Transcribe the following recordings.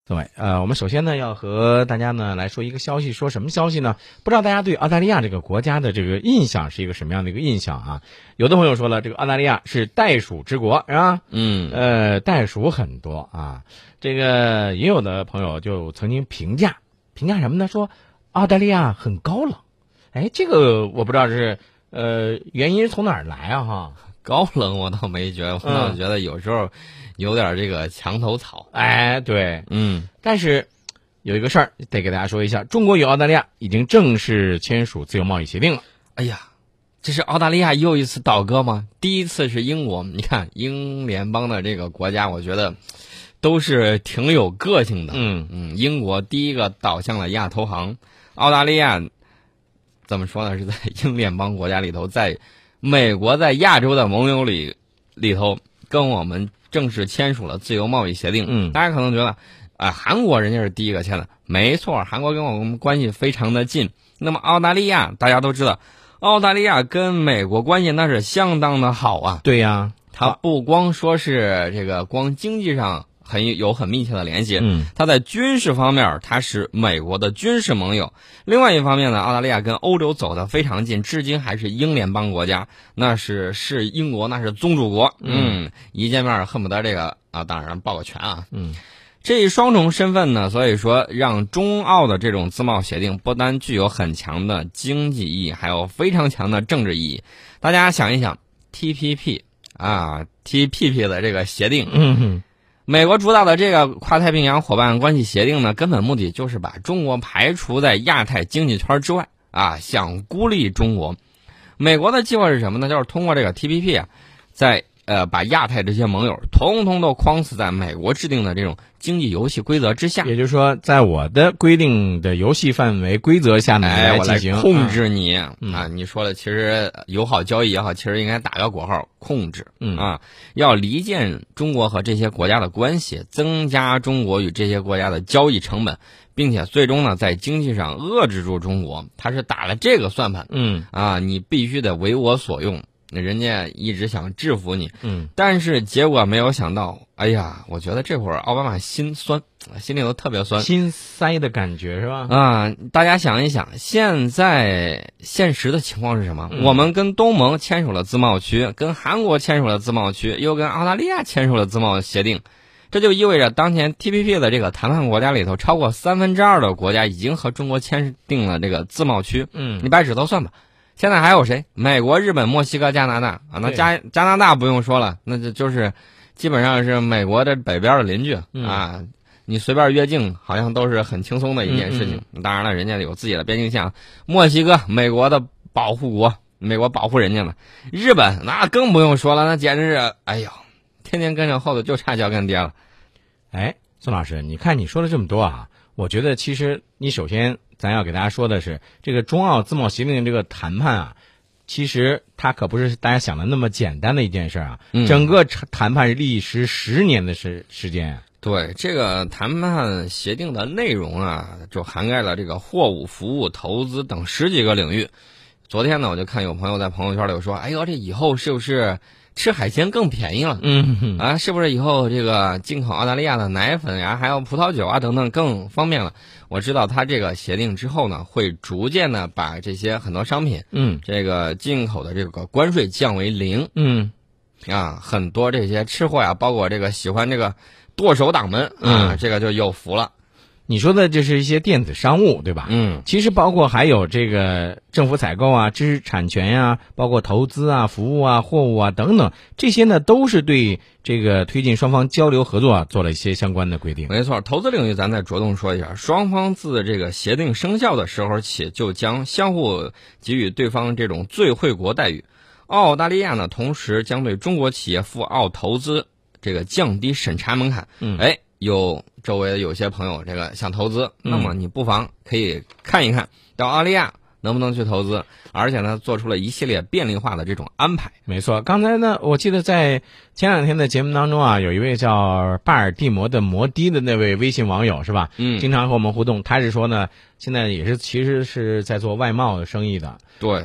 对，我们首先呢要和大家呢来说一个消息，说什么消息呢？不知道大家对澳大利亚这个国家的这个印象是一个什么样的一个印象啊？有的朋友说了，这个澳大利亚是袋鼠之国，是吧？袋鼠很多啊。这个也有的朋友就曾经评价什么呢？说澳大利亚很高冷。哎，这个我不知道是原因从哪儿来啊？哈， 高冷我倒没觉得，我倒觉得有时候有点这个墙头草。 哎，对，但是有一个事儿得给大家说一下，中国与澳大利亚已经正式签署自由贸易协定了。 哎呀，这是澳大利亚又一次倒戈吗？第一次是英国，你看英联邦的这个国家，我觉得都是挺有个性的。英国第一个倒向了亚投行，澳大利亚怎么说呢？是在英联邦国家里头，在美国在亚洲的盟友里头，跟我们正式签署了自由贸易协定。大家可能觉得，韩国人家是第一个签的，没错，韩国跟我们关系非常的近。那么澳大利亚，大家都知道，澳大利亚跟美国关系那是相当的好啊。 对呀， 它不光说是这个光经济上很密切的联系，它在军事方面它是美国的军事盟友。另外一方面呢，澳大利亚跟欧洲走得非常近，至今还是英联邦国家，那是英国那是宗主国。一见面恨不得这个当然抱个拳啊。这一双重身份呢，所以说让中澳的这种自贸协定不单具有很强的经济意义，还有非常强的政治意义。大家想一想 TPP 的这个协定，美国主导的这个跨太平洋伙伴关系协定呢，根本目的就是把中国排除在亚太经济圈之外想孤立中国。美国的计划是什么呢？就是通过这个 TPP 在把亚太这些盟友统统都框死在美国制定的这种经济游戏规则之下。 也就是说，在我的规定的游戏范围规则下面来进行控制你。你说了，其实友好交易也好，其实应该打个括号，控制。要离间中国和这些国家的关系，增加中国与这些国家的交易成本，并且最终呢，在经济上遏制住中国。他是打了这个算盘。你必须得为我所用。人家一直想制服你，但是结果没有想到，哎呀，我觉得这会儿奥巴马心酸，心里头特别酸， 心塞的感觉是吧？ 大家想一想，现在现实的情况是什么？我们跟东盟签署了自贸区，跟韩国签署了自贸区，又跟澳大利亚签署了自贸协定，这就意味着当前 TPP 的这个谈判国家里头，超过2/3的国家已经和中国签订了这个自贸区。你掰指头算吧。现在还有谁？美国、日本、墨西哥、加拿大那加拿大不用说了，那就是基本上是美国的北边的邻居你随便越境好像都是很轻松的一件事情。当然了，人家有自己的边境线，墨西哥美国的保护国，美国保护人家呢。日本那更不用说了，那简直是天天跟着后头就差脚跟跌了。 宋老师，你看你说了这么多我觉得其实你首先咱要给大家说的是，这个中澳自贸协定这个谈判其实它可不是大家想的那么简单的一件事整个谈判是历时10年的时间。 对，这个谈判协定的内容就涵盖了这个货物、服务、投资等10几个领域。昨天呢，我就看有朋友在朋友圈里说，这以后是不是吃海鲜更便宜了？是不是以后这个进口澳大利亚的奶粉还有葡萄酒等等更方便了？我知道他这个协定之后呢，会逐渐的把这些很多商品，这个进口的这个关税降为0。很多这些吃货包括这个喜欢这个剁手党们这个就有福了。 你说的这是一些电子商务，对吧？其实包括还有这个政府采购知识产权包括投资服务货物等等，这些呢都是对这个推进双方交流合作做了一些相关的规定。 没错，投资领域咱再着重说一下，双方自这个协定生效的时候起，就将相互给予对方这种最惠国待遇。澳大利亚呢，同时将对中国企业赴澳投资这个降低审查门槛。周围有些朋友这个想投资，那么你不妨可以看一看到澳大利亚能不能去投资，而且呢做出了一系列便利化的这种安排。 没错，刚才呢我记得在前2天的节目当中有一位叫巴尔的摩的摩的的那位微信网友是吧？经常和我们互动，他是说呢现在也是其实是在做外贸的生意的。 对，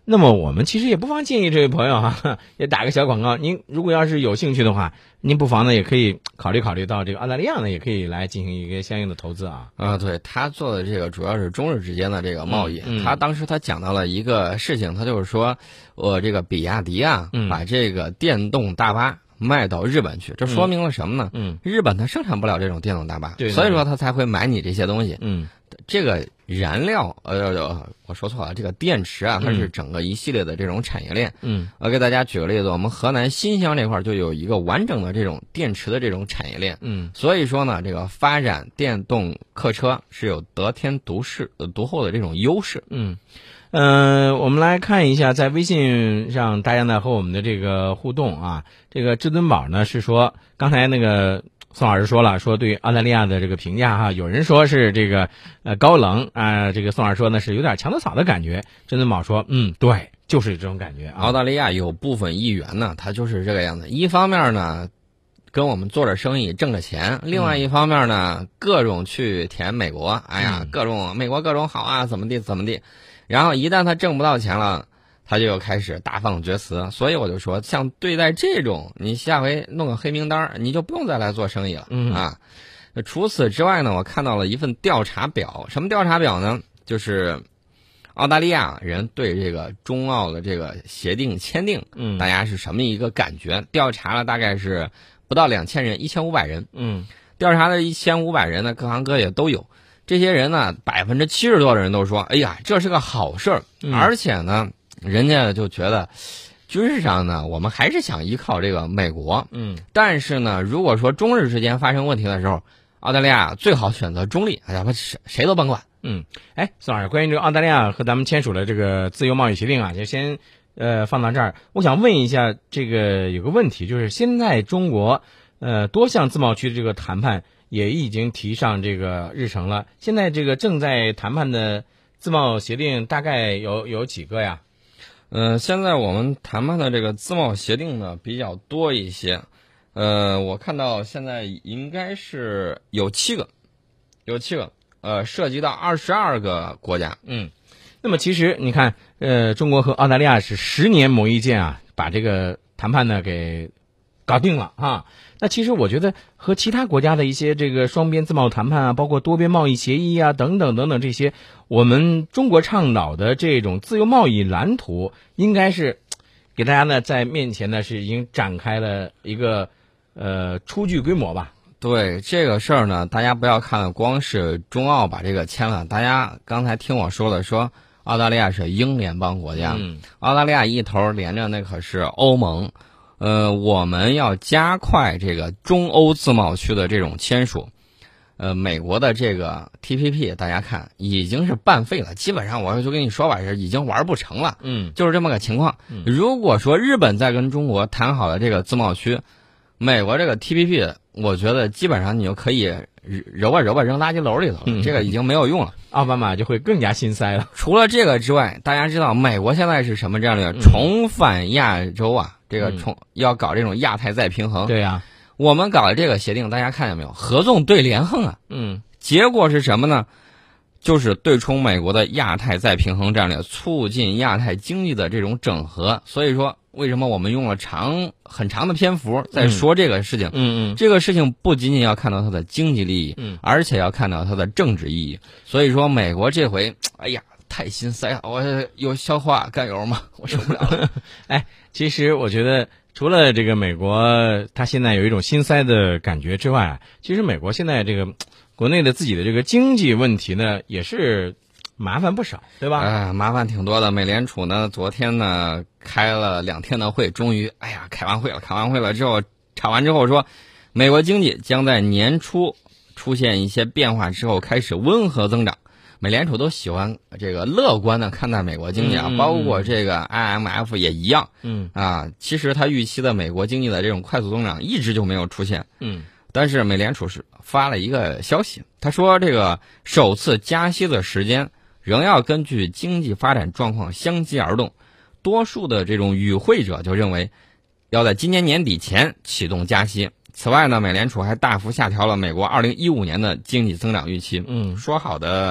那么我们其实也不妨建议这位朋友哈，也打个小广告。您如果要是有兴趣的话，您不妨呢也可以考虑到这个澳大利亚呢，也可以来进行一个相应的投资啊。 对，他做的这个主要是中日之间的这个贸易。他当时他讲到了一个事情，他就是说，我这个比亚迪啊，把这个电动大巴卖到日本去，这说明了什么呢？日本它生产不了这种电动大巴，所以说他才会买你这些东西。这个燃料，我说错了，这个电池啊，它是整个一系列的这种产业链。我给大家举个例子，我们河南新乡这块就有一个完整的这种电池的这种产业链。所以说呢，这个发展电动客车是有得天独厚的这种优势。 我们来看一下，在微信上大家呢和我们的这个互动啊，这个至尊宝呢是说，刚才那个宋老师说了，说对澳大利亚的这个评价哈，有人说是这个高冷啊，这个宋老师说呢是有点墙头草的感觉。至尊宝说，对，就是这种感觉啊。 澳大利亚有部分议员呢，他就是这个样子。一方面呢，跟我们做着生意挣着钱；另外一方面呢，各种去舔美国，各种美国各种好啊，怎么地。然后一旦他挣不到钱了，他就开始大放厥词。所以我就说，像对待这种，你下回弄个黑名单，你就不用再来做生意了啊。除此之外呢，我看到了一份调查表。什么调查表呢？就是澳大利亚人对这个中澳的这个协定签订，大家是什么一个感觉？调查了大概是不到2000人，1500人。调查的1500人呢，各行各业都有。这些人呢，70%多的人都说，哎呀，这是个好事儿。而且呢，人家就觉得军事上呢，我们还是想依靠这个美国。但是呢，如果说中日之间发生问题的时候，澳大利亚最好选择中立，谁都甭管。 宋老师，关于这个澳大利亚和咱们签署了这个自由贸易协定啊，就先放到这儿。我想问一下，这个有个问题，就是现在中国多项自贸区的这个谈判也已经提上这个日程了。现在这个正在谈判的自贸协定大概有几个呀？ 现在我们谈判的这个自贸协定呢比较多一些。我看到现在应该是有7个，涉及到22个国家。 那么其实你看，中国和澳大利亚是10年磨一剑啊，把这个谈判呢给搞定了啊。那其实我觉得和其他国家的一些这个双边自贸谈判啊，包括多边贸易协议啊等等这些，我们中国倡导的这种自由贸易蓝图，应该是给大家呢在面前呢是已经展开了一个初具规模吧。 对这个事儿呢，大家不要看光是中澳把这个签了，大家刚才听我说了，说澳大利亚是英联邦国家，澳大利亚一头连着那可是欧盟。我们要加快这个中欧自贸区的这种签署。美国的这个 TPP 大家看已经是半废了，基本上我就跟你说吧，是已经玩不成了。就是这么个情况。如果说日本再跟中国谈好了这个自贸区，美国这个 TPP 我觉得基本上你就可以揉吧扔垃圾篓里头了，这个已经没有用了。 奥巴马就会更加心塞了。 除了这个之外，大家知道美国现在是什么战略？重返亚洲啊，这个要搞这种亚太再平衡。 对呀， 我们搞的这个协定，大家看见没有？合纵对连横啊。结果是什么呢？就是对冲美国的亚太再平衡战略，促进亚太经济的这种整合。所以说，为什么我们用了很长的篇幅在说这个事情？这个事情不仅仅要看到它的经济利益，而且要看到它的政治意义。所以说，美国这回，哎呀，太心塞了！我有消化甘油吗？我受不了了。 其实我觉得，除了这个美国，它现在有一种心塞的感觉之外，其实美国现在这个国内的自己的这个经济问题呢，也是麻烦不少，对吧？ 麻烦挺多的。美联储呢，昨天呢开了2天的会，终于，开完会了之后，查完之后说，美国经济将在年初出现一些变化之后开始温和增长。美联储都喜欢这个乐观的看待美国经济啊，包括这个 IMF 也一样。其实他预期的美国经济的这种快速增长一直就没有出现。但是美联储是发了一个消息，他说这个首次加息的时间仍要根据经济发展状况相机而动。多数的这种与会者就认为要在今年年底前启动加息。此外呢，美联储还大幅下调了美国2015年的经济增长预期。说好的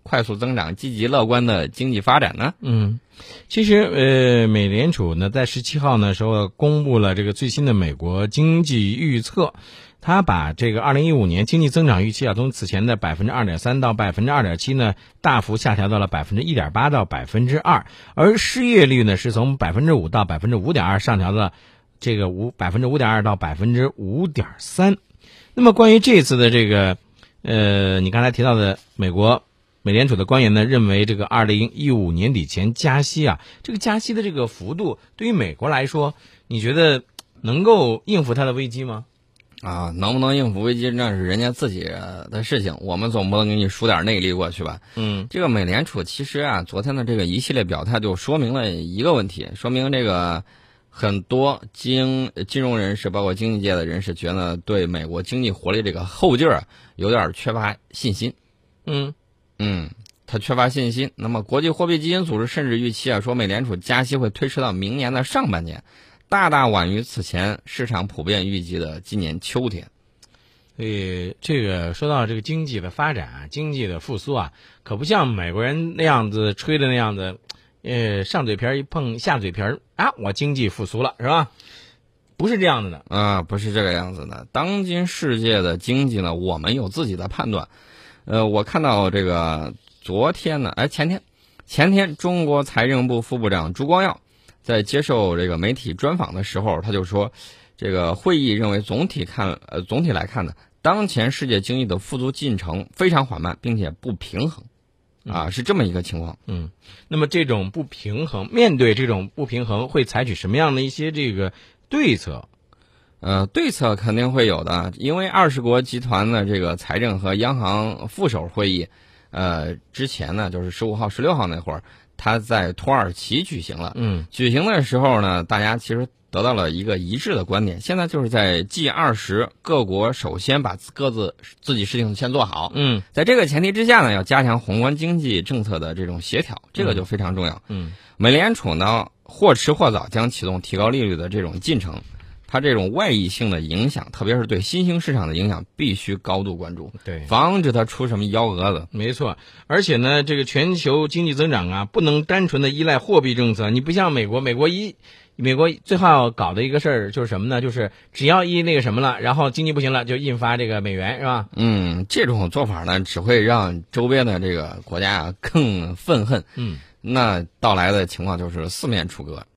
快速增长、积极乐观的经济发展呢？ 其实美联储呢在17号呢时候公布了这个最新的美国经济预测，它把这个2015年经济增长预期啊从此前的 2.3% 到 2.7% 呢大幅下调到了 1.8% 到 2%， 而失业率呢是从 5% 到 5.2% 上调了这个 5.2% 到 5.3%。那么关于这次的这个你刚才提到的美联储的官员呢认为这个2015年底前加息啊，这个加息的这个幅度对于美国来说，你觉得能够应付它的危机吗？ 能不能应付危机那是人家自己的事情，我们总不能给你输点内力过去吧。这个美联储其实昨天的这个一系列表态就说明了一个问题，说明这个很多金融人士包括经济界的人士觉得对美国经济活力这个后劲儿有点缺乏信心。他缺乏信心。那么国际货币基金组织甚至预期说美联储加息会推迟到明年的上半年，大大晚于此前市场普遍预计的今年秋天。 这个说到这个经济的发展经济的复苏啊，可不像美国人那样子吹的那样子，上嘴皮一碰下嘴皮我经济复苏了是吧？不是这样子的不是这个样子的。当今世界的经济呢，我们有自己的判断。我看到这个前天中国财政部副部长朱光耀在接受这个媒体专访的时候，他就说，这个会议认为总体来看呢，当前世界经济的复苏进程非常缓慢，并且不平衡，是这么一个情况。 那么这种不平衡，面对这种不平衡，会采取什么样的一些这个对策？ 对策肯定会有的，因为20国集团的这个财政和央行副手会议，之前呢，就是15号、16号那会儿，他在土耳其举行了。举行的时候呢，大家其实得到了一个一致的观点，现在就是在 G20 各国首先把各自自己事情先做好。在这个前提之下呢，要加强宏观经济政策的这种协调，这个就非常重要。美联储呢，或迟或早将启动提高利率的这种进程。它这种外溢性的影响，特别是对新兴市场的影响，必须高度关注， 对， 防止它出什么幺蛾子。 没错，而且呢，这个全球经济增长不能单纯的依赖货币政策。你不像美国最好搞的一个事儿就是什么呢？就是只要那个什么了，然后经济不行了，就印发这个美元，是吧？ 这种做法呢，只会让周边的这个国家更愤恨。那到来的情况就是四面楚歌。